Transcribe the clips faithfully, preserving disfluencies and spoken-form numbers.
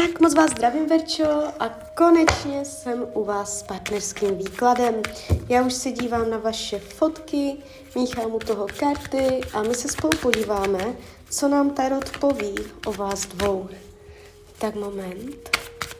Tak moc vás zdravím, Verčo, a konečně jsem u vás s partnerským výkladem. Já už se dívám na vaše fotky, míchám u toho karty a my se spolu podíváme, co nám tarot poví o vás dvou. Tak moment.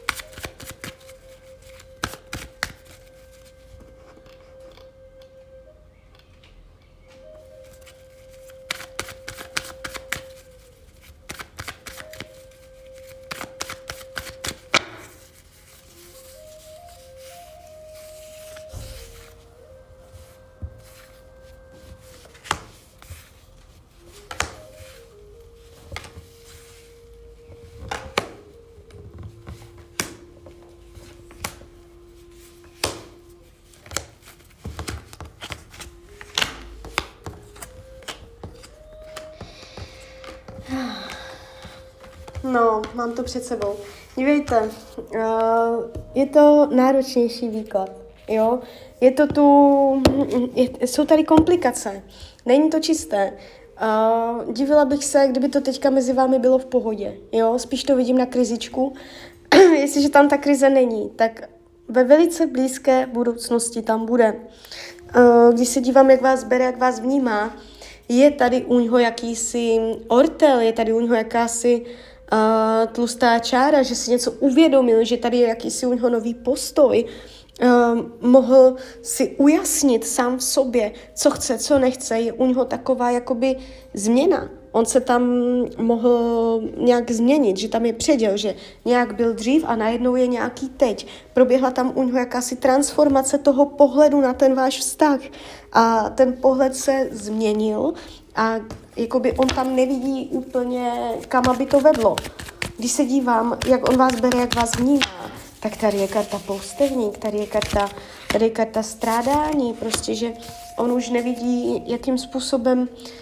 No, mám to před sebou. Dívejte, uh, je to náročnější výklad, jo? Je to tu, je, jsou tady komplikace, není to čisté. Uh, divila bych se, kdyby to teďka mezi vámi bylo v pohodě, jo? Spíš to vidím na krizičku. Jestliže tam ta krize není, tak ve velice blízké budoucnosti tam bude. Uh, když se dívám, jak vás bere, jak vás vnímá, je tady u něho jakýsi ortel, je tady u něho jakási Uh, tlustá čára, že si něco uvědomil, že tady je jakýsi u něho nový postoj, uh, mohl si ujasnit sám v sobě, co chce, co nechce, je u něho taková jakoby změna. On se tam mohl nějak změnit, že tam je předěl, že nějak byl dřív a najednou je nějaký teď. Proběhla tam u něho jakási transformace toho pohledu na ten váš vztah a ten pohled se změnil a jakoby on tam nevidí úplně, kam aby to vedlo. Když se dívám, jak on vás bere, jak vás vnímá, tak tady je karta poustevník, tady je karta, tady je karta strádání, prostě, že on už nevidí, jakým způsobem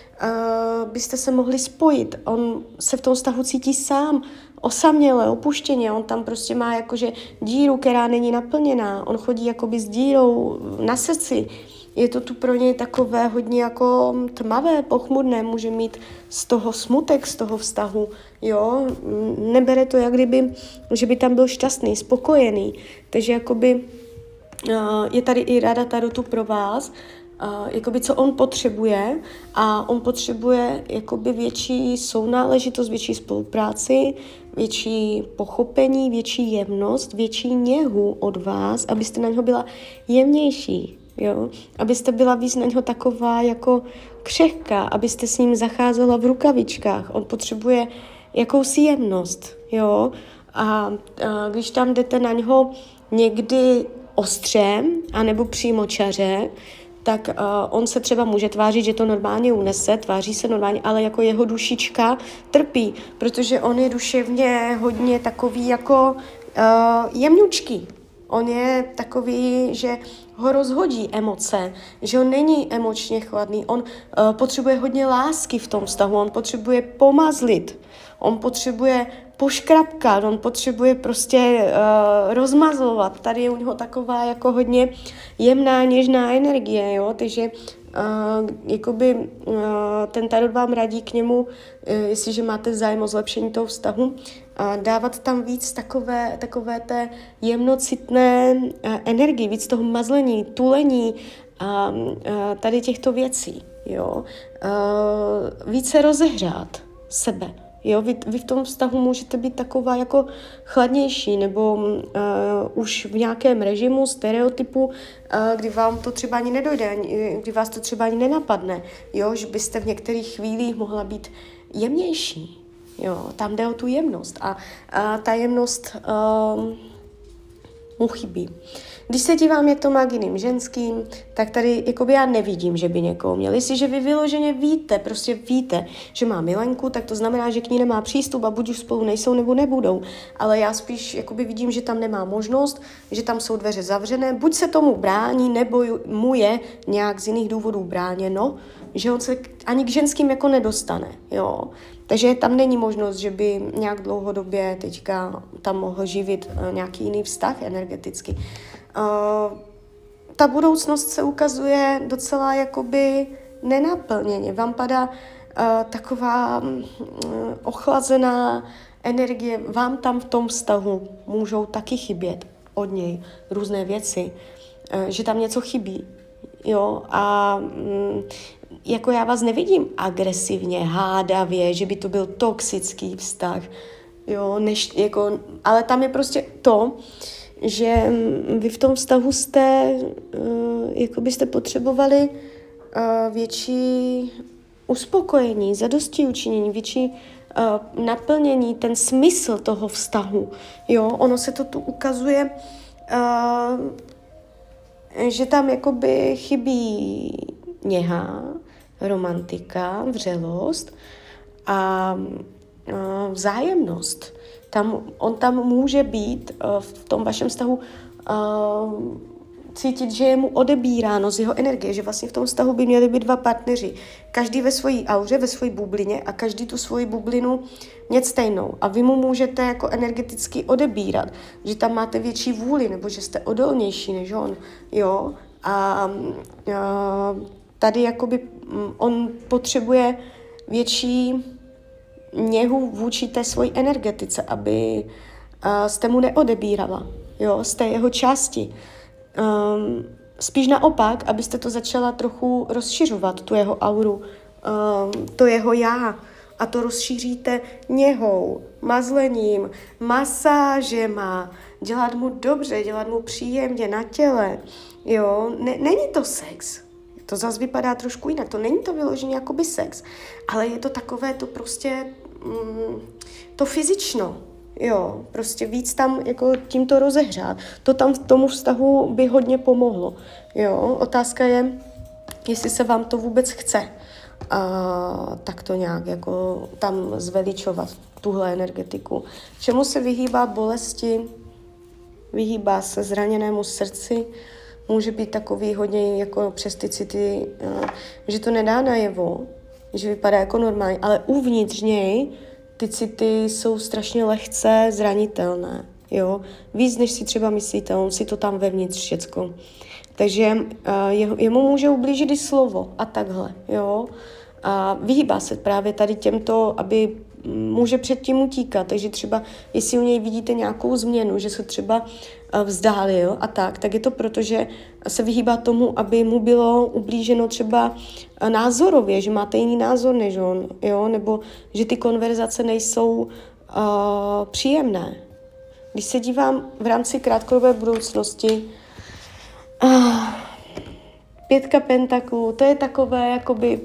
uh, byste se mohli spojit. On se v tom vztahu cítí sám, osaměle, opuštěně, on tam prostě má jakože díru, která není naplněná, on chodí jakoby s dírou na srdci. Je to tu pro něj takové hodně jako tmavé, pochmurné, může mít z toho smutek, z toho vztahu, jo, nebere to jak kdyby, že by tam byl šťastný, spokojený, takže jakoby uh, je tady i rada tarotu pro vás, uh, jakoby co on potřebuje a on potřebuje jakoby větší sounáležitost, větší spolupráci, větší pochopení, větší jemnost, větší něhu od vás, abyste na něho byla jemnější. Jo? Abyste byla víc na něho taková jako křehká, abyste s ním zacházela v rukavičkách. On potřebuje jakousi jemnost. Jo? A, a když tam jdete na něho někdy ostře, anebo přímočaře, tak uh, on se třeba může tvářit, že to normálně unese, tváří se normálně, ale jako jeho dušička trpí, protože on je duševně hodně takový jako uh, jemňučký. On je takový, že ho rozhodí emoce, že on není emočně chladný, on uh, potřebuje hodně lásky v tom vztahu, on potřebuje pomazlit, on potřebuje poškrapkat, on potřebuje prostě uh, rozmazlovat. Tady je u něho taková jako hodně jemná, něžná energie, jo, takže uh, jakoby uh, ten tarot vám radí k němu, uh, jestliže máte zájem o zlepšení toho vztahu, uh, dávat tam víc takové, takové té jemnocitné uh, energie, víc toho mazlení, tulení a uh, uh, tady těchto věcí, jo. Uh, více rozehřát sebe. Jo, vy, vy v tom vztahu můžete být taková jako chladnější nebo uh, už v nějakém režimu, stereotypu, uh, kdy vám to třeba ani nedojde, kdy vás to třeba ani nenapadne, jo, že byste v některých chvílích mohla být jemnější. Jo, tam jde o tu jemnost a, a ta jemnost uh, mu chybí. Když se dívám, jak to má k jiným ženským, tak tady jakoby já nevidím, že by někoho měl. Jestliže vy vyloženě víte, prostě víte, že má milenku, tak to znamená, že k ní nemá přístup a buď už spolu nejsou nebo nebudou. Ale já spíš jakoby vidím, že tam nemá možnost, že tam jsou dveře zavřené, buď se tomu brání, nebo mu je nějak z jiných důvodů bráněno, že on se ani k ženským jako nedostane, jo. Takže tam není možnost, že by nějak dlouhodobě teďka tam mohl živit nějaký jiný vztah energeticky. Uh, ta budoucnost se ukazuje docela jakoby nenaplněně. Vám padá uh, taková uh, ochlazená energie vám tam v tom vztahu můžou taky chybět od něj různé věci, že tam něco chybí. Jo, a mm, jako já vás nevidím agresivně, hádavě, že by to byl toxický vztah, jo, než, jako, ale tam je prostě to, že vy v tom vztahu jste, uh, jako byste potřebovali uh, větší uspokojení, zadostiučinění, větší uh, naplnění, ten smysl toho vztahu. Jo, ono se to tu ukazuje, uh, že tam jakoby chybí něha, romantika, vřelost a uh, vzájemnost. Tam, on tam může být uh, v tom vašem vztahu uh, cítit, že je mu odebíráno z jeho energie, že vlastně v tom vztahu by měli být dva partneři. Každý ve své auře, ve své bublině a každý tu svoji bublinu mět stejnou. A vy mu můžete jako energeticky odebírat, že tam máte větší vůli, nebo že jste odolnější než on. Jo? A, a tady jakoby on potřebuje větší něhu vůči té svojí energetice, aby a, jste mu neodebírala, jo, z té jeho části. Um, spíš naopak, abyste to začala trochu rozšiřovat, tu jeho auru, um, to jeho já. A to rozšíříte něhou, mazlením, masážema, dělat mu dobře, dělat mu příjemně na těle. Jo, ne, není to sex. To zase vypadá trošku jinak. To není to vyloženě jakoby sex, ale je to takové to prostě mm, to fyzično. Jo, prostě víc tam jako tímto rozehřát. To tam v tomu vztahu by hodně pomohlo. Jo, otázka je, jestli se vám to vůbec chce a, tak to nějak jako tam zveličovat, tuhle energetiku. Čemu se vyhýbá bolesti, vyhýbá se zraněnému srdci, může být takový hodně jako přes ty city, že to nedá najevo, že vypadá jako normální, ale uvnitř něj ty city jsou strašně lehce zranitelné, jo. Víc, než si třeba myslíte, on si to tam vevnitř všecko. Takže uh, je, jemu může ublížit i slovo a takhle, jo. A vyhýbá se právě tady těmto, aby může před tím utíkat. Takže třeba, jestli u něj vidíte nějakou změnu, že se třeba uh, vzdálil a tak, tak je to proto, že se vyhýbá tomu, aby mu bylo ublíženo třeba uh, názorově, že máte jiný názor než on, jo, nebo že ty konverzace nejsou uh, příjemné. Když se dívám v rámci krátkodobé budoucnosti, uh, pětka pentaklů, to je takové, jakoby,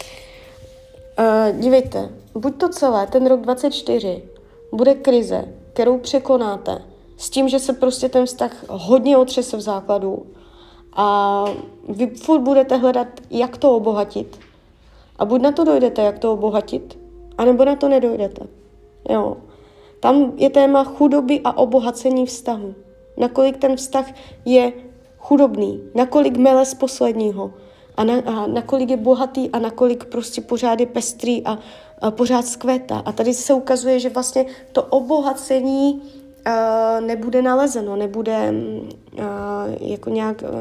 uh, dívejte, buď to celé, ten rok dvacet čtyři, bude krize, kterou překonáte, s tím, že se prostě ten vztah hodně otřese v základu a vy furt budete hledat, jak to obohatit. A buď na to dojdete, jak to obohatit, anebo na to nedojdete. Jo. Tam je téma chudoby a obohacení vztahu. Nakolik ten vztah je chudobný, nakolik mele z posledního a, na, a nakolik je bohatý a nakolik prostě pořád je pestrý a, a pořád skvétá. A tady se ukazuje, že vlastně to obohacení uh, nebude nalezeno, nebude uh, jako nějak uh,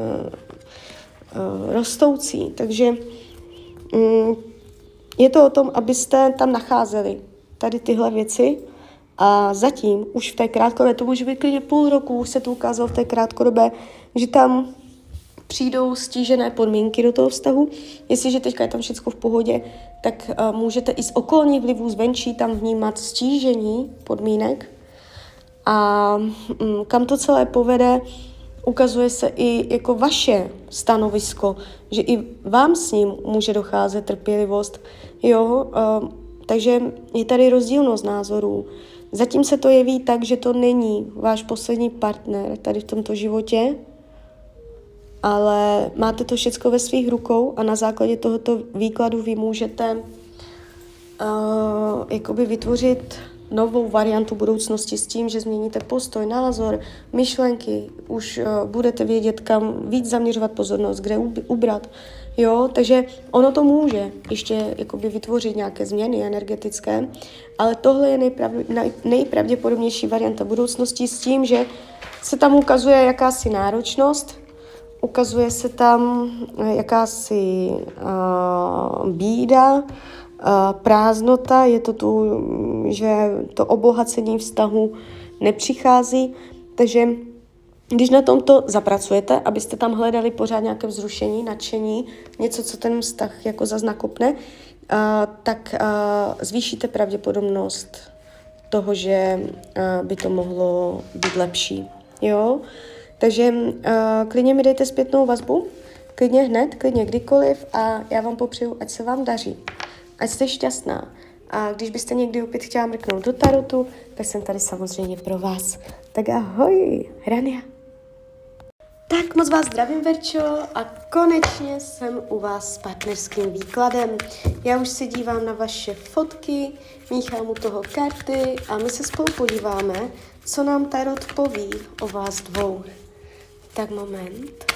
uh, rostoucí. Takže um, je to o tom, abyste tam nacházeli tady tyhle věci. A zatím už v té krátkodobé, to může být klidně půl roku, už se to ukázalo v té krátkodobé, že tam přijdou stížené podmínky do toho vztahu. Jestliže teďka je tam všechno v pohodě, tak uh, můžete i z okolních vlivů zvenčí tam vnímat stížení podmínek. A um, kam to celé povede, ukazuje se i jako vaše stanovisko, že i vám s ním může docházet trpělivost. Jo, uh, takže je tady rozdílnost názorů. Zatím se to jeví tak, že to není váš poslední partner tady v tomto životě, ale máte to všecko ve svých rukou a na základě tohoto výkladu vy můžete uh, jakoby vytvořit novou variantu budoucnosti s tím, že změníte postoj, názor, myšlenky, už uh, budete vědět, kam víc zaměřovat pozornost, kde ubrat. Jo, takže ono to může ještě jakoby vytvořit nějaké změny energetické, ale tohle je nejpravdě, nej, nejpravděpodobnější varianta budoucnosti s tím, že se tam ukazuje jakási náročnost, ukazuje se tam jakási uh, bída, uh, prázdnota, je to tu, že to obohacení vztahu nepřichází, takže když na tomto zapracujete, abyste tam hledali pořád nějaké vzrušení, nadšení, něco, co ten vztah jako zas nakopne, uh, tak uh, zvýšíte pravděpodobnost toho, že uh, by to mohlo být lepší. Jo? Takže uh, klidně mi dejte zpětnou vazbu, klidně hned, klidně kdykoliv a já vám popřeju, ať se vám daří, ať jste šťastná. A když byste někdy opět chtěla mrknout do tarotu, tak jsem tady samozřejmě pro vás. Tak ahoj, Rania. Tak moc vás zdravím, Verčo, a konečně jsem u vás s partnerským výkladem. Já už se dívám na vaše fotky, míchám u toho karty a my se spolu podíváme, co nám tarot poví o vás dvou. Tak moment.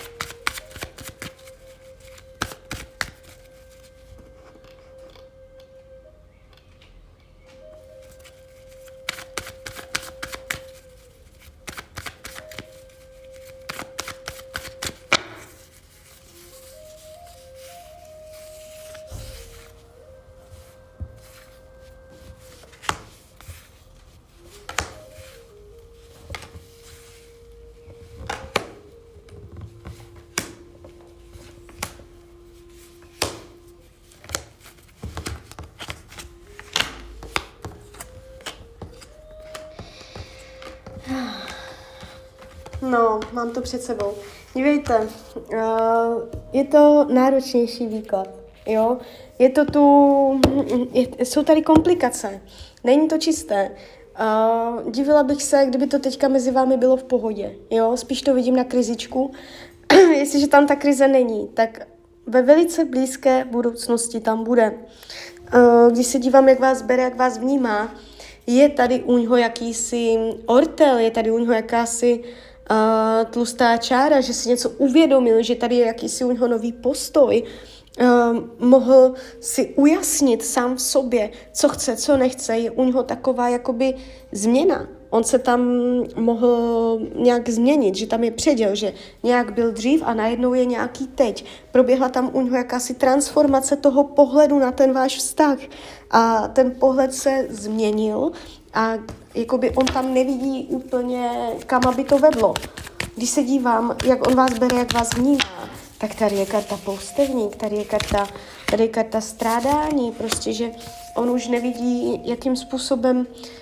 No, mám to před sebou. Dívejte, uh, je to náročnější výklad, jo? Je to tu, je, jsou tady komplikace, není to čisté. Uh, divila bych se, kdyby to teďka mezi vámi bylo v pohodě, jo? Spíš to vidím na krizičku. Jestliže tam ta krize není, tak ve velice blízké budoucnosti tam bude. Uh, když se dívám, jak vás bere, jak vás vnímá, je tady u něho jakýsi ortel, je tady u něho jakási Uh, tlustá čára, že si něco uvědomil, že tady je jakýsi u něho nový postoj, uh, mohl si ujasnit sám v sobě, co chce, co nechce, je u něho taková jakoby změna. On se tam mohl nějak změnit, že tam je předěl, že nějak byl dřív a najednou je nějaký teď. Proběhla tam u něho jakási transformace toho pohledu na ten váš vztah a ten pohled se změnil a jakoby on tam nevidí úplně, kam aby to vedlo. Když se dívám, jak on vás bere, jak vás vnímá, tak tady je karta poustevník, tady je karta, tady je karta strádání, prostě, že on už nevidí, jakým způsobem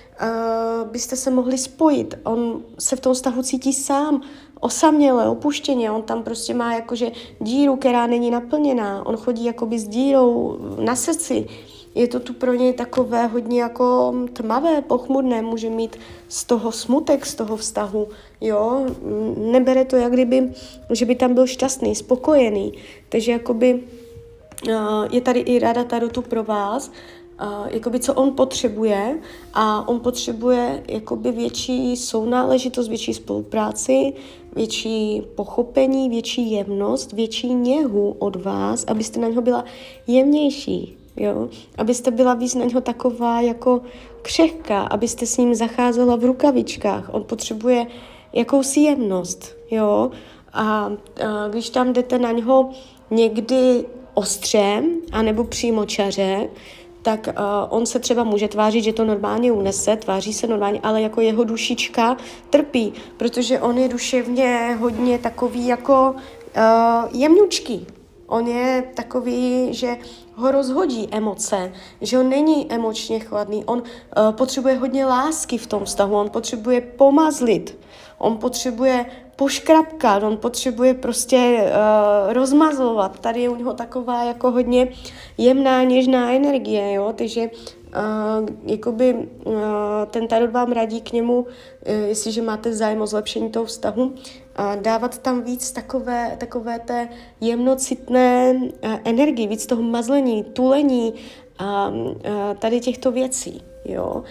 uh, byste se mohli spojit. On se v tom vztahu cítí sám, osaměle, opuštěně, on tam prostě má jakože díru, která není naplněná, on chodí jakoby s dírou na srdci. Je to tu pro něj takové hodně jako tmavé, pochmurné, může mít z toho smutek, z toho vztahu, jo, nebere to jak kdyby, že by tam byl šťastný, spokojený, takže jakoby uh, je tady i rada tarotu pro vás, uh, jakoby co on potřebuje a on potřebuje jakoby větší sounáležitost, větší spolupráci, větší pochopení, větší jemnost, větší něhu od vás, abyste na něho byla jemnější. Jo? Abyste byla víc na něho taková jako křehká, abyste s ním zacházela v rukavičkách. On potřebuje jakousi jemnost. Jo? A, a když tam jdete na něho někdy ostře, anebo přímočaře, tak uh, on se třeba může tvářit, že to normálně unese, tváří se normálně, ale jako jeho dušička trpí, protože on je duševně hodně takový jako uh, jemňučký. On je takový, že ho rozhodí emoce, že on není emočně chladný, on uh, potřebuje hodně lásky v tom vztahu, on potřebuje pomazlit, on potřebuje poškrapkat, on potřebuje prostě uh, rozmazlovat. Tady je u něho taková jako hodně jemná, něžná energie, jo, takže uh, jakoby uh, ten tarot vám radí k němu, uh, jestliže máte zájem o zlepšení toho vztahu, uh, dávat tam víc takové, takové té jemnocitné uh, energie, víc toho mazlení, tulení a uh, uh, tady těchto věcí, jo.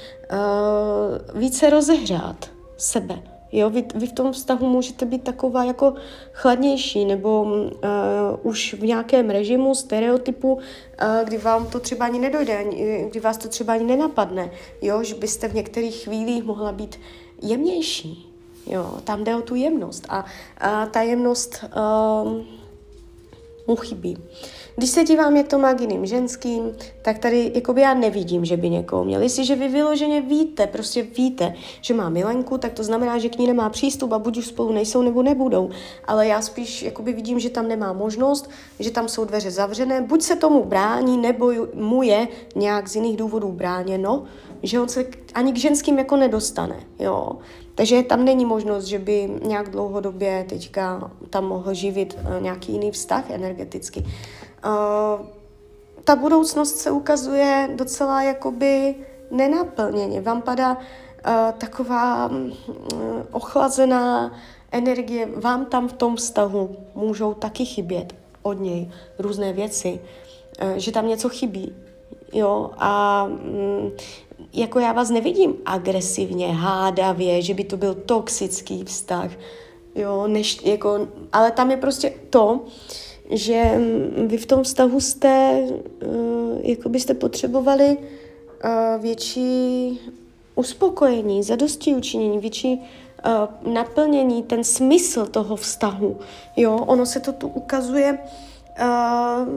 Uh, více rozehřát sebe. Jo, vy, vy v tom vztahu můžete být taková jako chladnější nebo uh, už v nějakém režimu, stereotypu, uh, kdy vám to třeba ani nedojde, kdy vás to třeba ani nenapadne, jo, že byste v některých chvílích mohla být jemnější. Jo, tam jde o tu jemnost a, a ta jemnost uh, mu chybí. Když se dívám, jak to má k jiným ženským, tak tady jakoby já nevidím, že by někoho měl. Jestliže vy vyloženě víte, prostě víte, že má milenku, tak to znamená, že k ní nemá přístup a buď už spolu nejsou, nebo nebudou. Ale já spíš jakoby vidím, že tam nemá možnost, že tam jsou dveře zavřené, buď se tomu brání, nebo mu je nějak z jiných důvodů bráněno, že on se ani k ženským jako nedostane, jo. Takže tam není možnost, že by nějak dlouhodobě teďka tam mohl živit uh, nějaký jiný vztah energeticky. Uh, ta budoucnost se ukazuje docela jakoby nenaplněně. Vám padá uh, taková um, ochlazená energie. Vám tam v tom vztahu můžou taky chybět od něj různé věci, uh, že tam něco chybí. Jo, a um, jako já vás nevidím agresivně, hádavě, že by to byl toxický vztah, jo, než, jako, ale tam je prostě to, že vy v tom vztahu jste, uh, jako byste potřebovali uh, větší uspokojení, zadostiučinění, větší uh, naplnění, ten smysl toho vztahu, jo, ono se to tu ukazuje, uh,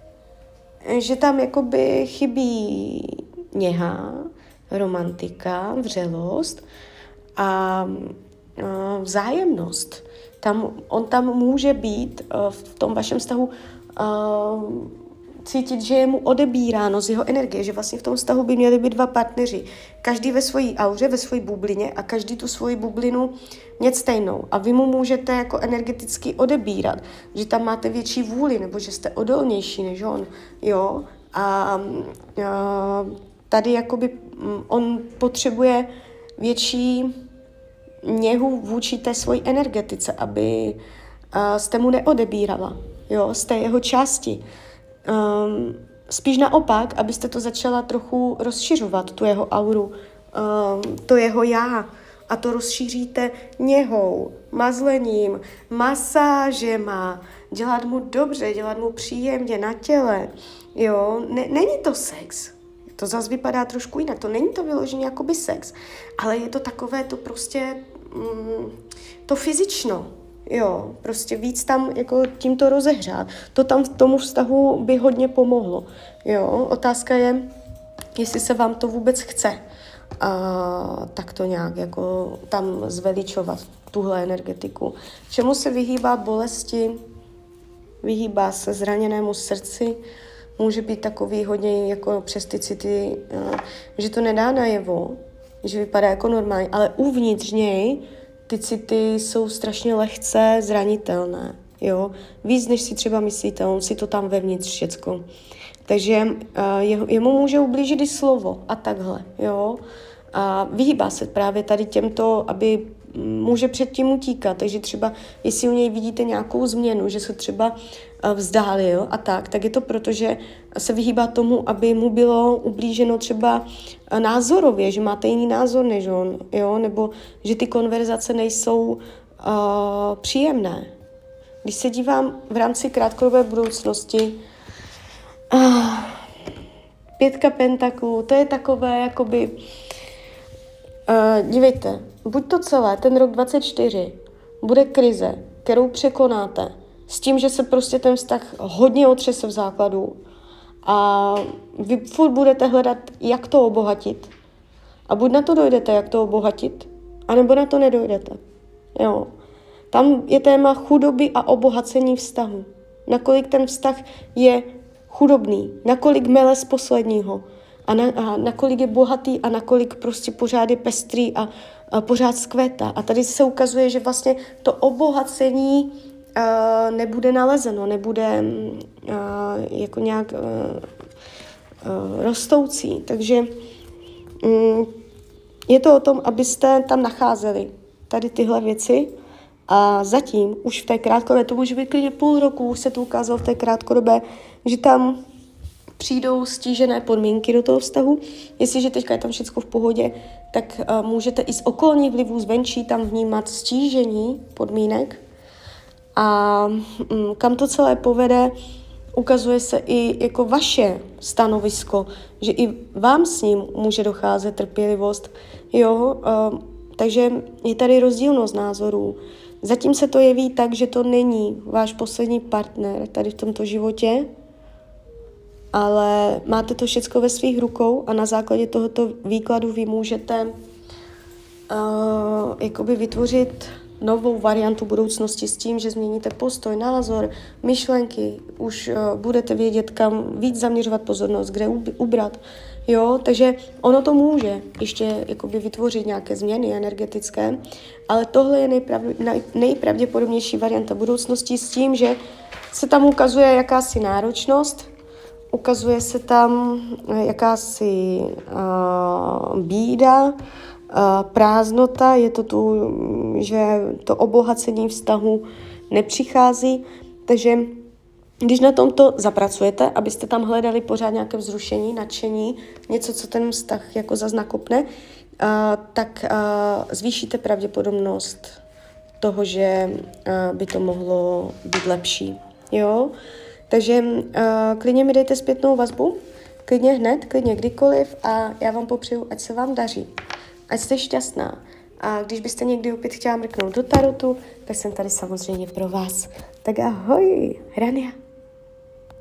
že tam jakoby chybí něha, romantika, vřelost a, a vzájemnost. Tam, on tam může být a, v tom vašem vztahu a, cítit, že je mu odebíráno z jeho energie, že vlastně v tom vztahu by měli být dva partneři. Každý ve své auře, ve své bublině a každý tu svoji bublinu mět stejnou. A vy mu můžete jako energeticky odebírat, že tam máte větší vůli nebo že jste odolnější než on. Jo? A, a tady jakoby on potřebuje větší něhu vůči té svojí energetice, aby uh, jste mu neodebírala, jo, z té jeho části. Um, spíš naopak, abyste to začala trochu rozšiřovat, tu jeho auru, um, to jeho já. A to rozšíříte něhou, mazlením, masážema, dělat mu dobře, dělat mu příjemně na těle. Jo, ne, není to sex. To zase vypadá trošku jinak. To není to vyloženě jakoby sex, ale je to takové to prostě mm, to fyzično. Jo, prostě víc tam jako tímto rozehřát. To tam tomu vztahu by hodně pomohlo. Jo, otázka je, jestli se vám to vůbec chce a tak to nějak jako tam zveličovat, tuhle energetiku. Čemu se vyhýbá bolesti, vyhýbá se zraněnému srdci, může být takový hodně jako přes ty city, že to nedá najevo, že vypadá jako normální, ale uvnitř něj ty city jsou strašně lehce zranitelné, jo. Víc, než si třeba myslíte, on si to tam vevnitř všecko. Takže uh, jemu může ublížit i slovo a takhle, jo. A vyhýbá se právě tady těmto, aby může předtím utíkat. Takže třeba, jestli u něj vidíte nějakou změnu, že se třeba vzdálil a tak, tak je to proto, že se vyhýbá tomu, aby mu bylo ublíženo třeba názorově, že máte jiný názor než on, jo, nebo že ty konverzace nejsou uh, příjemné. Když se dívám v rámci krátkodobé budoucnosti, uh, pětka pentaklů, to je takové, jakoby, uh, dívejte, buď to celé, ten rok dvacet čtyři, bude krize, kterou překonáte, s tím, že se prostě ten vztah hodně otřese v základu a vy furt budete hledat, jak to obohatit. A buď na to dojdete, jak to obohatit, anebo na to nedojdete. Jo. Tam je téma chudoby a obohacení vztahu. Nakolik ten vztah je chudobný, nakolik mele z posledního a, na, a nakolik je bohatý a nakolik prostě pořád je pestrý a, a pořád zkvétá. A tady se ukazuje, že vlastně to obohacení Uh, nebude nalezeno, nebude uh, jako nějak uh, uh, rostoucí. Takže um, je to o tom, abyste tam nacházeli tady tyhle věci a zatím už v té krátkodobé, to může být klidně půl roku, už se to ukázalo v té krátkodobé, že tam přijdou stížené podmínky do toho vztahu. Jestliže teďka je tam všechno v pohodě, tak uh, můžete i z okolních vlivů zvenčí tam vnímat stížení podmínek. A mm, kam to celé povede, ukazuje se i jako vaše stanovisko, že i vám s ním může docházet trpělivost. Jo, uh, takže je tady rozdílnost názorů. Zatím se to jeví tak, že to není váš poslední partner tady v tomto životě, ale máte to všecko ve svých rukou a na základě tohoto výkladu vy můžete uh, jakoby vytvořit novou variantu budoucnosti s tím, že změníte postoj, názor, myšlenky, už uh, budete vědět, kam víc zaměřovat pozornost, kde ubrat. Jo, takže ono to může ještě jakoby vytvořit nějaké změny energetické, ale tohle je nejprav, nejpravděpodobnější varianta budoucnosti s tím, že se tam ukazuje jakási náročnost, ukazuje se tam jakási uh, bída, uh, prázdnota, je to tu, že to obohacení vztahu nepřichází, takže když na tomto zapracujete, abyste tam hledali pořád nějaké vzrušení, nadšení, něco, co ten vztah jako zas nakopne, uh, tak uh, zvýšíte pravděpodobnost toho, že uh, by to mohlo být lepší. Jo? Takže uh, klidně mi dejte zpětnou vazbu, klidně hned, klidně kdykoliv a já vám popřeju, ať se vám daří, ať jste šťastná. A když byste někdy opět chtěla mrknout do tarotu, tak jsem tady samozřejmě pro vás. Tak ahoj, Rania.